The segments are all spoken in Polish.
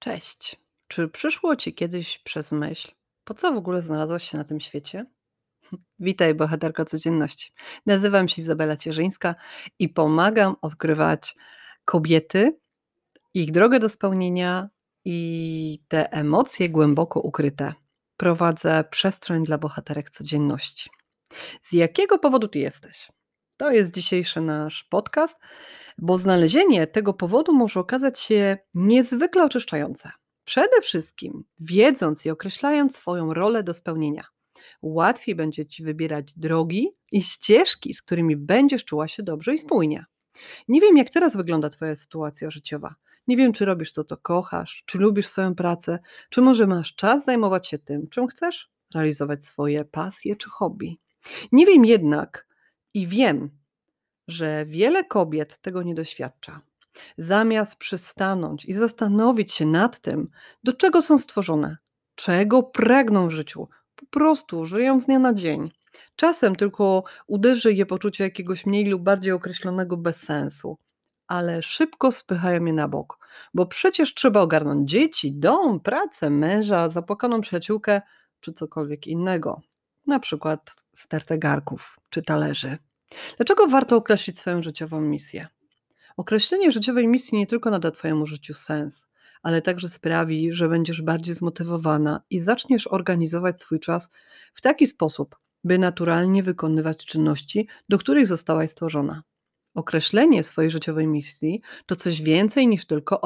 Cześć. Czy przyszło ci kiedyś przez myśl, po co w ogóle znalazłaś się na tym świecie? Witaj, bohaterko codzienności. Nazywam się Izabela Cierzyńska i pomagam odkrywać kobiety, ich drogę do spełnienia i te emocje głęboko ukryte. Prowadzę przestrzeń dla bohaterek codzienności. Z jakiego powodu tu jesteś? To jest dzisiejszy nasz podcast, bo znalezienie tego powodu może okazać się niezwykle oczyszczające. Przede wszystkim wiedząc i określając swoją rolę do spełnienia. Łatwiej będzie ci wybierać drogi i ścieżki, z którymi będziesz czuła się dobrze i spójnie. Nie wiem, jak teraz wygląda twoja sytuacja życiowa. Nie wiem, czy robisz co to kochasz, czy lubisz swoją pracę, czy może masz czas zajmować się tym, czym chcesz, realizować swoje pasje czy hobby. Nie wiem jednak i wiem, że wiele kobiet tego nie doświadcza. Zamiast przystanąć i zastanowić się nad tym, do czego są stworzone, czego pragną w życiu, po prostu żyją z dnia na dzień. Czasem tylko uderzy je poczucie jakiegoś mniej lub bardziej określonego bezsensu, ale szybko spychają je na bok, bo przecież trzeba ogarnąć dzieci, dom, pracę, męża, zapłakaną przyjaciółkę czy cokolwiek innego, na przykład stertę garków czy talerzy. Dlaczego warto określić swoją życiową misję? Określenie życiowej misji nie tylko nada Twojemu życiu sens, ale także sprawi, że będziesz bardziej zmotywowana i zaczniesz organizować swój czas w taki sposób, by naturalnie wykonywać czynności, do których zostałaś stworzona. Określenie swojej życiowej misji to coś więcej niż tylko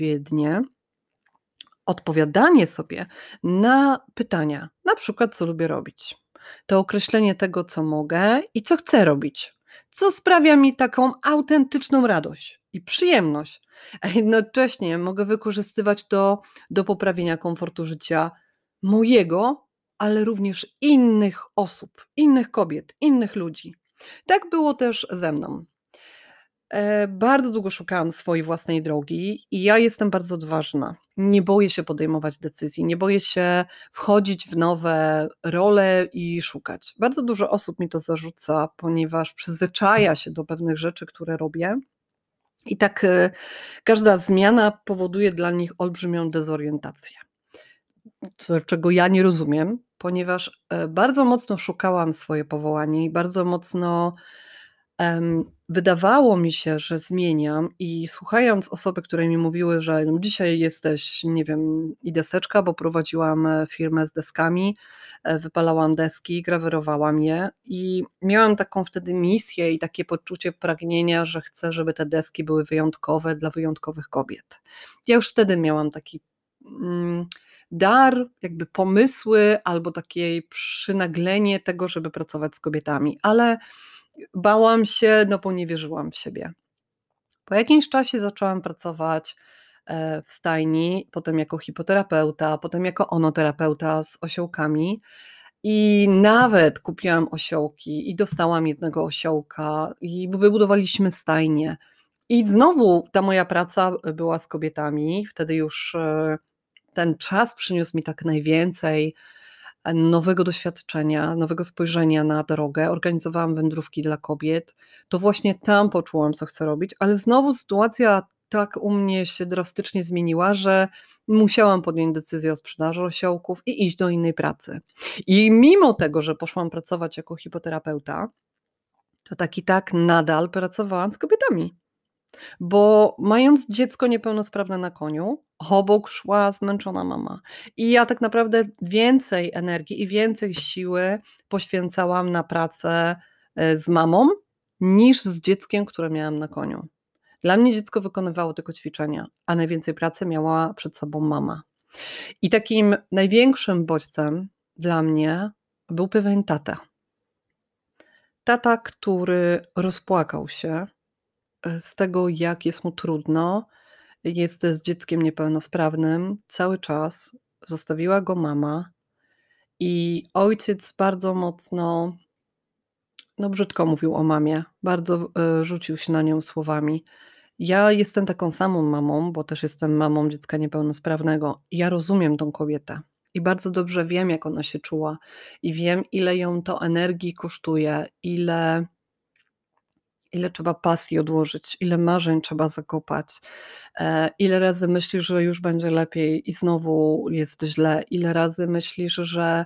odpowiadanie sobie na pytania, na przykład co lubię robić. To określenie tego, co mogę i co chcę robić, co sprawia mi taką autentyczną radość i przyjemność. A jednocześnie mogę wykorzystywać to do poprawienia komfortu życia mojego, ale również innych osób, innych kobiet, innych ludzi. Tak było też ze mną. Bardzo długo szukałam swojej własnej drogi i ja jestem bardzo odważna. Nie boję się podejmować decyzji, nie boję się wchodzić w nowe role i szukać. Bardzo dużo osób mi to zarzuca, ponieważ przyzwyczaja się do pewnych rzeczy, które robię. I tak każda zmiana powoduje dla nich olbrzymią dezorientację, czego ja nie rozumiem, ponieważ bardzo mocno szukałam swoje powołanie i bardzo mocno wydawało mi się, że zmieniam i słuchając osoby, które mi mówiły, że no dzisiaj jesteś, nie wiem, i deseczka, bo prowadziłam firmę z deskami, wypalałam deski, grawirowałam je i miałam taką wtedy misję i takie poczucie pragnienia, że chcę, żeby te deski były wyjątkowe dla wyjątkowych kobiet. Ja już wtedy miałam taki dar, jakby pomysły albo takie przynaglenie tego, żeby pracować z kobietami, ale bałam się, no bo nie wierzyłam w siebie. Po jakimś czasie zaczęłam pracować w stajni, potem jako hipoterapeuta, potem jako onoterapeuta z osiołkami i nawet kupiłam osiołki i dostałam jednego osiołka i wybudowaliśmy stajnię. I znowu ta moja praca była z kobietami, wtedy już ten czas przyniósł mi tak najwięcej nowego doświadczenia, nowego spojrzenia na drogę. Organizowałam wędrówki dla kobiet. To właśnie tam poczułam, co chcę robić, ale znowu sytuacja tak u mnie się drastycznie zmieniła, że musiałam podjąć decyzję o sprzedaży osiołków i iść do innej pracy. I mimo tego, że poszłam pracować jako hipoterapeuta, to tak i tak nadal pracowałam z kobietami. Bo mając dziecko niepełnosprawne na koniu, obok szła zmęczona mama. I ja tak naprawdę więcej energii i więcej siły poświęcałam na pracę z mamą, niż z dzieckiem, które miałam na koniu. Dla mnie dziecko wykonywało tylko ćwiczenia, a najwięcej pracy miała przed sobą mama. I takim największym bodźcem dla mnie był pewien tata. Tata, który rozpłakał się z tego, jak jest mu trudno. Jest z dzieckiem niepełnosprawnym cały czas. Zostawiła go mama i ojciec bardzo mocno, no brzydko mówił o mamie, bardzo rzucił się na nią słowami. Ja jestem taką samą mamą, bo też jestem mamą dziecka niepełnosprawnego. Ja rozumiem tą kobietę i bardzo dobrze wiem, jak ona się czuła i wiem, ile ją to energii kosztuje, ile Ile trzeba pasji odłożyć, ile marzeń trzeba zakopać, ile razy myślisz, że już będzie lepiej i znowu jest źle, ile razy myślisz, że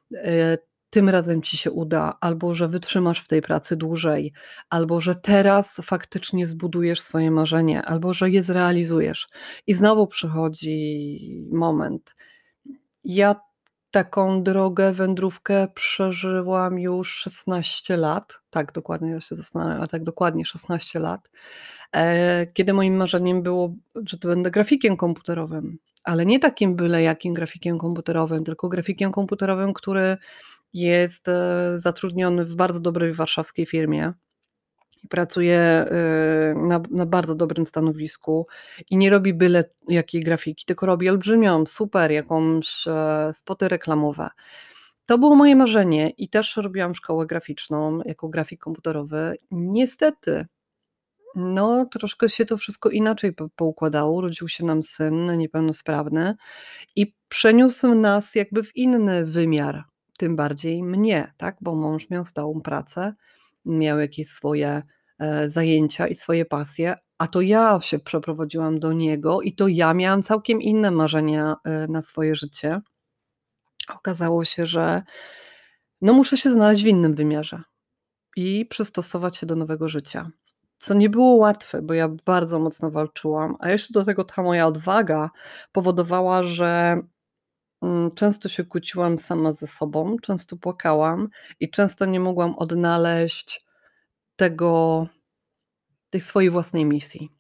tym razem ci się uda, albo że wytrzymasz w tej pracy dłużej, albo że teraz faktycznie zbudujesz swoje marzenie, albo że je zrealizujesz. I znowu przychodzi moment. Ja taką drogę, wędrówkę przeżyłam już 16 lat. Tak, dokładnie, ja się zastanawiam, ale tak dokładnie 16 lat. Kiedy moim marzeniem było, że to będę grafikiem komputerowym, ale nie takim byle jakim grafikiem komputerowym, tylko grafikiem komputerowym, który jest zatrudniony w bardzo dobrej warszawskiej firmie i pracuje na bardzo dobrym stanowisku i nie robi byle jakiej grafiki, tylko robi olbrzymią, super jakąś spoty reklamowe. To było moje marzenie i też robiłam szkołę graficzną jako grafik komputerowy. Niestety, no troszkę się to wszystko inaczej poukładało. Urodził się nam syn niepełnosprawny i przeniósł nas jakby w inny wymiar, tym bardziej mnie, tak? Bo mąż miał stałą pracę, miał jakieś swoje zajęcia i swoje pasje, a to ja się przeprowadziłam do niego i to ja miałam całkiem inne marzenia na swoje życie. Okazało się, że no muszę się znaleźć w innym wymiarze i przystosować się do nowego życia. Co nie było łatwe, bo ja bardzo mocno walczyłam, a jeszcze do tego ta moja odwaga powodowała, że często się kłóciłam sama ze sobą, często płakałam i często nie mogłam odnaleźć tego, tej swojej własnej misji.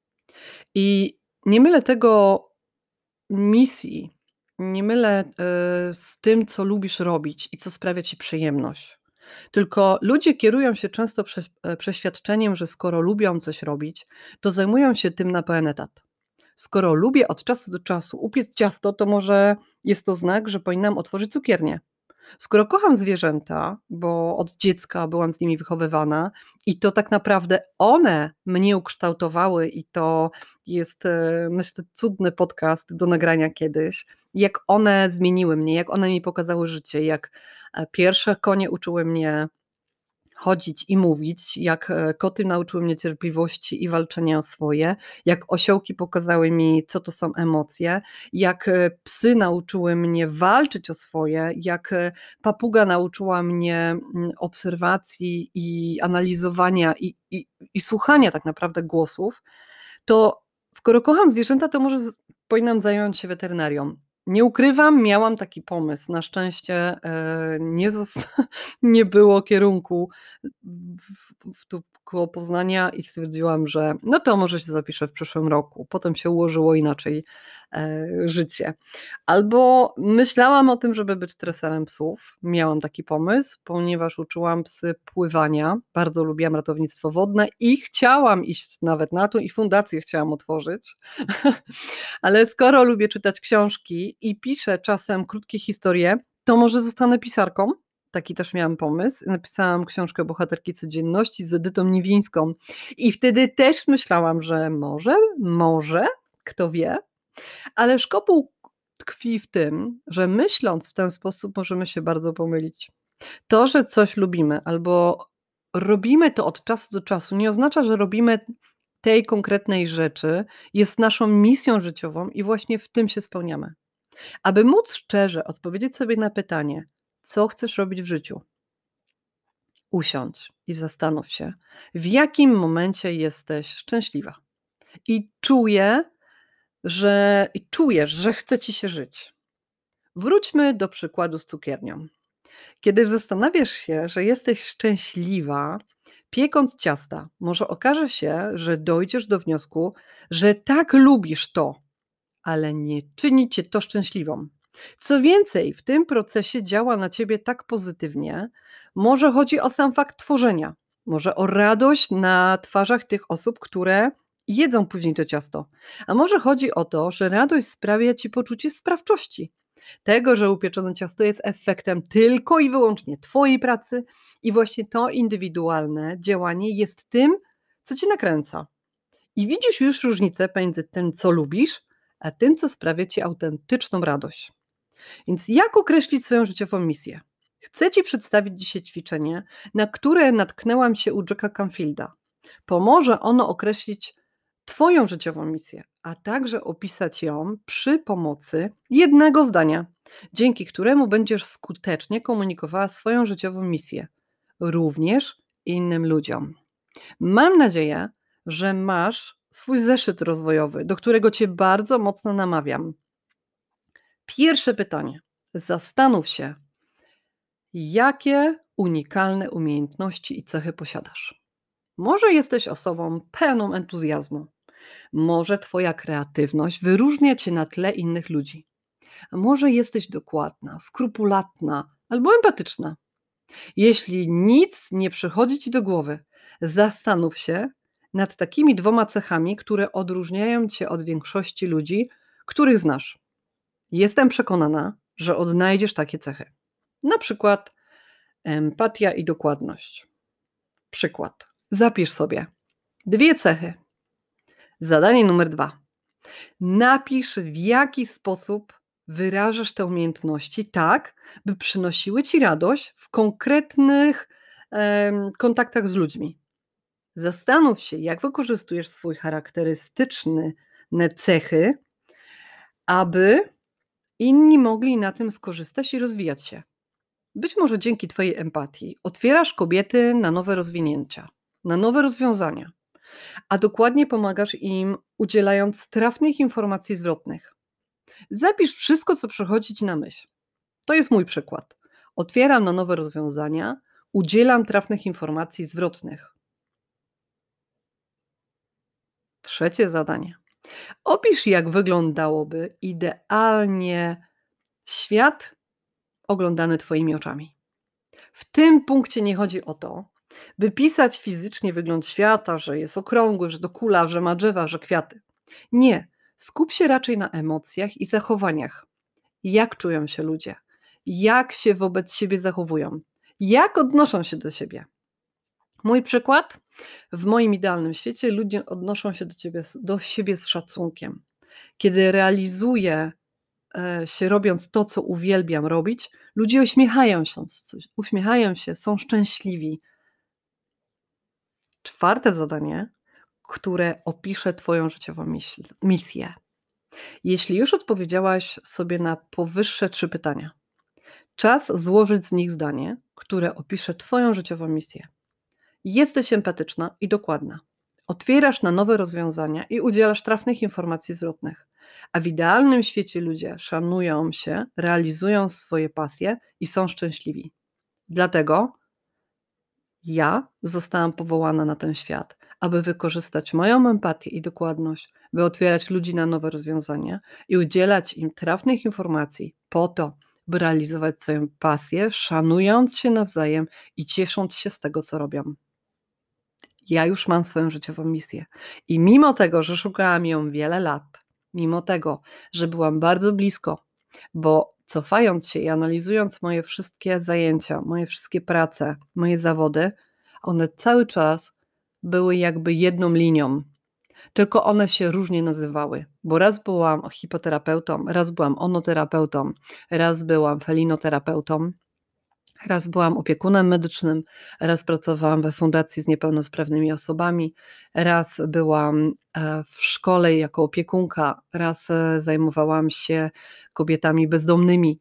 I nie mylę tego misji, nie mylę z tym, co lubisz robić i co sprawia ci przyjemność. Tylko ludzie kierują się często przeświadczeniem, że skoro lubią coś robić, to zajmują się tym na pełen etat. Skoro lubię od czasu do czasu upiec ciasto, to może jest to znak, że powinnam otworzyć cukiernię. Skoro kocham zwierzęta, bo od dziecka byłam z nimi wychowywana i to tak naprawdę one mnie ukształtowały i to jest, myślę, cudny podcast do nagrania kiedyś, jak one zmieniły mnie, jak one mi pokazały życie, jak pierwsze konie uczyły mnie chodzić i mówić, jak koty nauczyły mnie cierpliwości i walczenia o swoje, jak osiołki pokazały mi, co to są emocje, jak psy nauczyły mnie walczyć o swoje, jak papuga nauczyła mnie obserwacji i analizowania i słuchania tak naprawdę głosów, to skoro kocham zwierzęta, to może powinnam zająć się weterynarią. Nie ukrywam, miałam taki pomysł. Na szczęście nie było kierunku tu koło Poznania i stwierdziłam, że no to może się zapiszę w przyszłym roku. Potem się ułożyło inaczej życie. Albo myślałam o tym, żeby być treserem psów. Miałam taki pomysł, ponieważ uczyłam psy pływania. Bardzo lubiłam ratownictwo wodne i chciałam iść nawet na to i fundację chciałam otworzyć. Ale skoro lubię czytać książki i piszę czasem krótkie historie, to może zostanę pisarką? Taki też miałam pomysł. Napisałam książkę Bohaterki codzienności z Edytą Niwińską i wtedy też myślałam, że może, kto wie, ale szkopuł tkwi w tym, że myśląc w ten sposób możemy się bardzo pomylić. To, że coś lubimy albo robimy to od czasu do czasu, nie oznacza, że robimy tej konkretnej rzeczy, jest naszą misją życiową i właśnie w tym się spełniamy. Aby móc szczerze odpowiedzieć sobie na pytanie, co chcesz robić w życiu, usiądź i zastanów się, w jakim momencie jesteś szczęśliwa. I czujesz, że chce ci się żyć. Wróćmy do przykładu z cukiernią. Kiedy zastanawiasz się, że jesteś szczęśliwa, piekąc ciasta, może okaże się, że dojdziesz do wniosku, że tak lubisz to, ale nie czyni cię to szczęśliwą. Co więcej, w tym procesie działa na ciebie tak pozytywnie, może chodzi o sam fakt tworzenia, może o radość na twarzach tych osób, które jedzą później to ciasto, a może chodzi o to, że radość sprawia ci poczucie sprawczości, tego, że upieczone ciasto jest efektem tylko i wyłącznie twojej pracy i właśnie to indywidualne działanie jest tym, co cię nakręca. I widzisz już różnicę pomiędzy tym, co lubisz, a tym, co sprawia ci autentyczną radość. Więc jak określić swoją życiową misję? Chcę ci przedstawić dzisiaj ćwiczenie, na które natknęłam się u Jacka Canfielda. Pomoże ono określić Twoją życiową misję, a także opisać ją przy pomocy jednego zdania, dzięki któremu będziesz skutecznie komunikowała swoją życiową misję, również innym ludziom. Mam nadzieję, że masz swój zeszyt rozwojowy, do którego Cię bardzo mocno namawiam. Pierwsze pytanie. Zastanów się, jakie unikalne umiejętności i cechy posiadasz. Może jesteś osobą pełną entuzjazmu. Może Twoja kreatywność wyróżnia Cię na tle innych ludzi. A może jesteś dokładna, skrupulatna albo empatyczna. Jeśli nic nie przychodzi Ci do głowy, zastanów się nad takimi 2 cechami, które odróżniają Cię od większości ludzi, których znasz. Jestem przekonana, że odnajdziesz takie cechy. Na przykład empatia i dokładność. Przykład. Zapisz sobie 2 cechy. Zadanie numer 2. Napisz, w jaki sposób wyrażasz te umiejętności tak, by przynosiły Ci radość w konkretnych kontaktach z ludźmi. Zastanów się, jak wykorzystujesz swoje charakterystyczne cechy, aby inni mogli na tym skorzystać i rozwijać się. Być może dzięki Twojej empatii otwierasz kobiety na nowe rozwinięcia, na nowe rozwiązania, a dokładnie pomagasz im, udzielając trafnych informacji zwrotnych. Zapisz wszystko, co przychodzi Ci na myśl. To jest mój przykład. Otwieram na nowe rozwiązania, udzielam trafnych informacji zwrotnych. Trzecie zadanie. Opisz, jak wyglądałoby idealnie świat oglądany Twoimi oczami. W tym punkcie nie chodzi o to, by pisać fizycznie wygląd świata, że jest okrągły, że to kula, że ma drzewa, że kwiaty. Nie. Skup się raczej na emocjach i zachowaniach. Jak czują się ludzie? Jak się wobec siebie zachowują? Jak odnoszą się do siebie? Mój przykład? W moim idealnym świecie ludzie odnoszą się do siebie z szacunkiem. Kiedy realizuję się robiąc to, co uwielbiam robić, ludzie uśmiechają się, są szczęśliwi. Czwarte zadanie, które opisze Twoją życiową misję. Jeśli już odpowiedziałaś sobie na powyższe 3 pytania, czas złożyć z nich zdanie, które opisze Twoją życiową misję. Jesteś empatyczna i dokładna. Otwierasz na nowe rozwiązania i udzielasz trafnych informacji zwrotnych. A w idealnym świecie ludzie szanują się, realizują swoje pasje i są szczęśliwi. Dlatego ja zostałam powołana na ten świat, aby wykorzystać moją empatię i dokładność, by otwierać ludzi na nowe rozwiązania i udzielać im trafnych informacji po to, by realizować swoją pasję, szanując się nawzajem i ciesząc się z tego, co robią. Ja już mam swoją życiową misję i mimo tego, że szukałam ją wiele lat, mimo tego, że byłam bardzo blisko, bo cofając się i analizując moje wszystkie zajęcia, moje wszystkie prace, moje zawody, one cały czas były jakby jedną linią, tylko one się różnie nazywały, bo raz byłam hipoterapeutą, raz byłam onoterapeutą, raz byłam felinoterapeutą, raz byłam opiekunem medycznym, raz pracowałam we fundacji z niepełnosprawnymi osobami, raz byłam w szkole jako opiekunka, raz zajmowałam się kobietami bezdomnymi.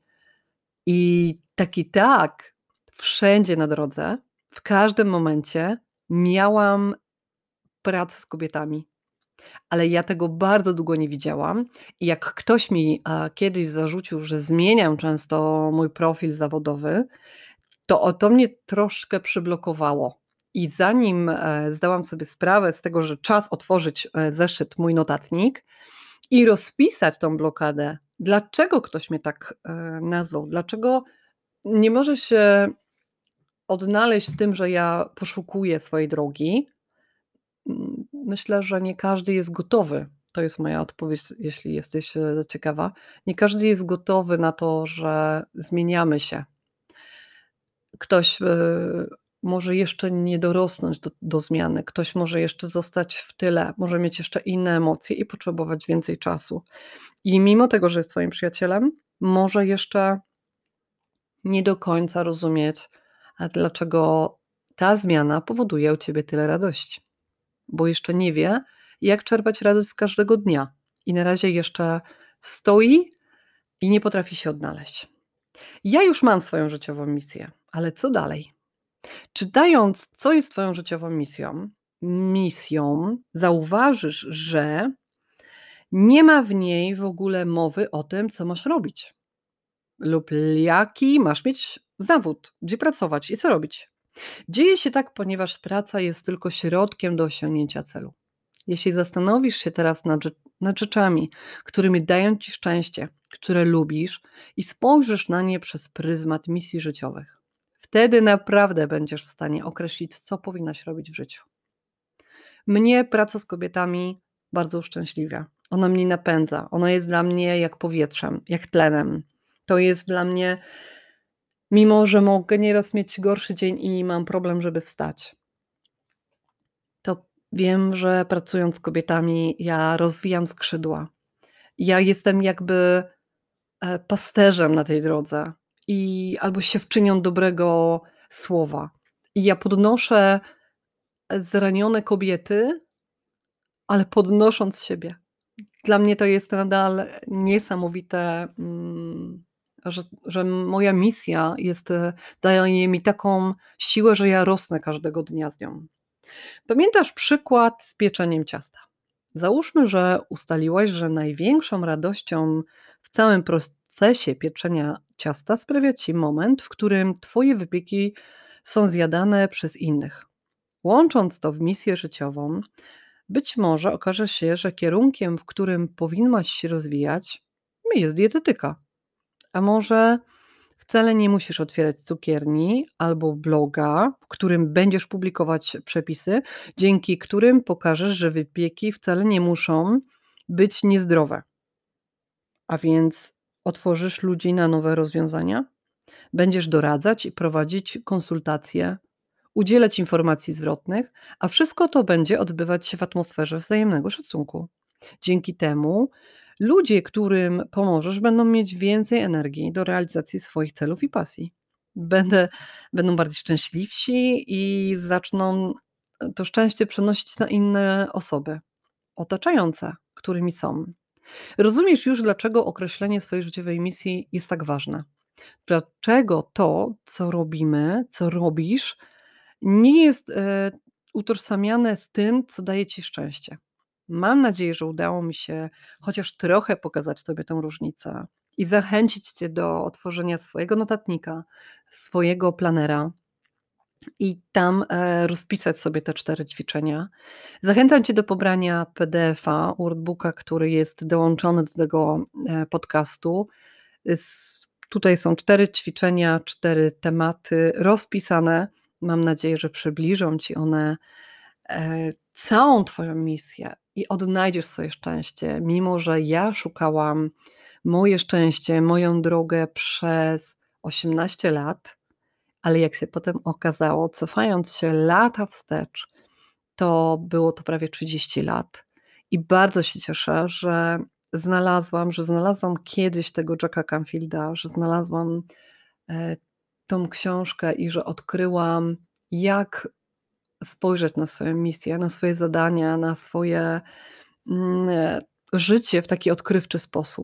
I tak, wszędzie na drodze, w każdym momencie miałam pracę z kobietami. Ale ja tego bardzo długo nie widziałam i jak ktoś mi kiedyś zarzucił, że zmieniam często mój profil zawodowy, to mnie troszkę przyblokowało. I zanim zdałam sobie sprawę z tego, że czas otworzyć zeszyt, mój notatnik i rozpisać tą blokadę, dlaczego ktoś mnie tak nazwał, dlaczego nie może się odnaleźć w tym, że ja poszukuję swojej drogi. Myślę, że nie każdy jest gotowy. To jest moja odpowiedź, jeśli jesteś ciekawa. Nie każdy jest gotowy na to, że zmieniamy się. Ktoś może jeszcze nie dorosnąć do zmiany, ktoś może jeszcze zostać w tyle, może mieć jeszcze inne emocje i potrzebować więcej czasu. I mimo tego, że jest Twoim przyjacielem, może jeszcze nie do końca rozumieć, dlaczego ta zmiana powoduje u Ciebie tyle radości. bo jeszcze nie wie, jak czerpać radość z każdego dnia. I na razie jeszcze stoi i nie potrafi się odnaleźć. Ja już mam swoją życiową misję, ale co dalej? Czytając, co jest twoją życiową misją, zauważysz, że nie ma w niej w ogóle mowy o tym, co masz robić lub jaki masz mieć zawód, gdzie pracować i co robić. Dzieje się tak, ponieważ praca jest tylko środkiem do osiągnięcia celu. Jeśli zastanowisz się teraz nad rzeczami, którymi dają ci szczęście, które lubisz i spojrzysz na nie przez pryzmat misji życiowych, wtedy naprawdę będziesz w stanie określić, co powinnaś robić w życiu. Mnie praca z kobietami bardzo uszczęśliwia. Ona mnie napędza. Ona jest dla mnie jak powietrzem, jak tlenem. To jest dla mnie, mimo że mogę nieraz mieć gorszy dzień i mam problem, żeby wstać, to wiem, że pracując z kobietami, ja rozwijam skrzydła. Ja jestem jakby pasterzem na tej drodze albo siewczynią dobrego słowa. I ja podnoszę zranione kobiety, ale podnosząc siebie. Dla mnie to jest nadal niesamowite, że moja misja daje mi taką siłę, że ja rosnę każdego dnia z nią. Pamiętasz przykład z pieczeniem ciasta? Załóżmy, że ustaliłaś, że największą radością w całym procesie pieczenia ciasta sprawia ci moment, w którym twoje wypieki są zjadane przez innych. Łącząc to w misję życiową, być może okaże się, że kierunkiem, w którym powinnaś się rozwijać, jest dietetyka. A może wcale nie musisz otwierać cukierni albo bloga, w którym będziesz publikować przepisy, dzięki którym pokażesz, że wypieki wcale nie muszą być niezdrowe. A więc otworzysz ludzi na nowe rozwiązania? Będziesz doradzać i prowadzić konsultacje, udzielać informacji zwrotnych, a wszystko to będzie odbywać się w atmosferze wzajemnego szacunku. Dzięki temu ludzie, którym pomożesz, będą mieć więcej energii do realizacji swoich celów i pasji. Będą bardziej szczęśliwsi i zaczną to szczęście przenosić na inne osoby otaczające, którymi są. Rozumiesz już, dlaczego określenie swojej życiowej misji jest tak ważne. Dlaczego to, co robimy, co robisz, nie jest utożsamiane z tym, co daje ci szczęście. Mam nadzieję, że udało mi się chociaż trochę pokazać tobie tę różnicę i zachęcić cię do otworzenia swojego notatnika, swojego planera i tam rozpisać sobie te 4 ćwiczenia. Zachęcam cię do pobrania PDF-a, workbooka, który jest dołączony do tego podcastu. Tutaj są 4 ćwiczenia, 4 tematy rozpisane. Mam nadzieję, że przybliżą ci one całą twoją misję i odnajdziesz swoje szczęście, mimo że ja szukałam moje szczęście, moją drogę przez 18 lat, ale jak się potem okazało, cofając się lata wstecz, to było to prawie 30 lat i bardzo się cieszę, że znalazłam kiedyś tego Jacka Canfielda, że znalazłam tą książkę i że odkryłam, jak spojrzeć na swoją misję, na swoje zadania, na swoje życie w taki odkrywczy sposób.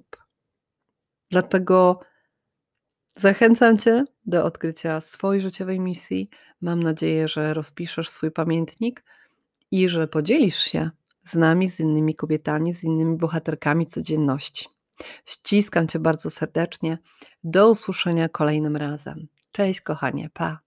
Dlatego zachęcam cię do odkrycia swojej życiowej misji. Mam nadzieję, że rozpiszesz swój pamiętnik i że podzielisz się z nami, z innymi kobietami, z innymi bohaterkami codzienności. Ściskam cię bardzo serdecznie. Do usłyszenia kolejnym razem. Cześć kochanie, pa!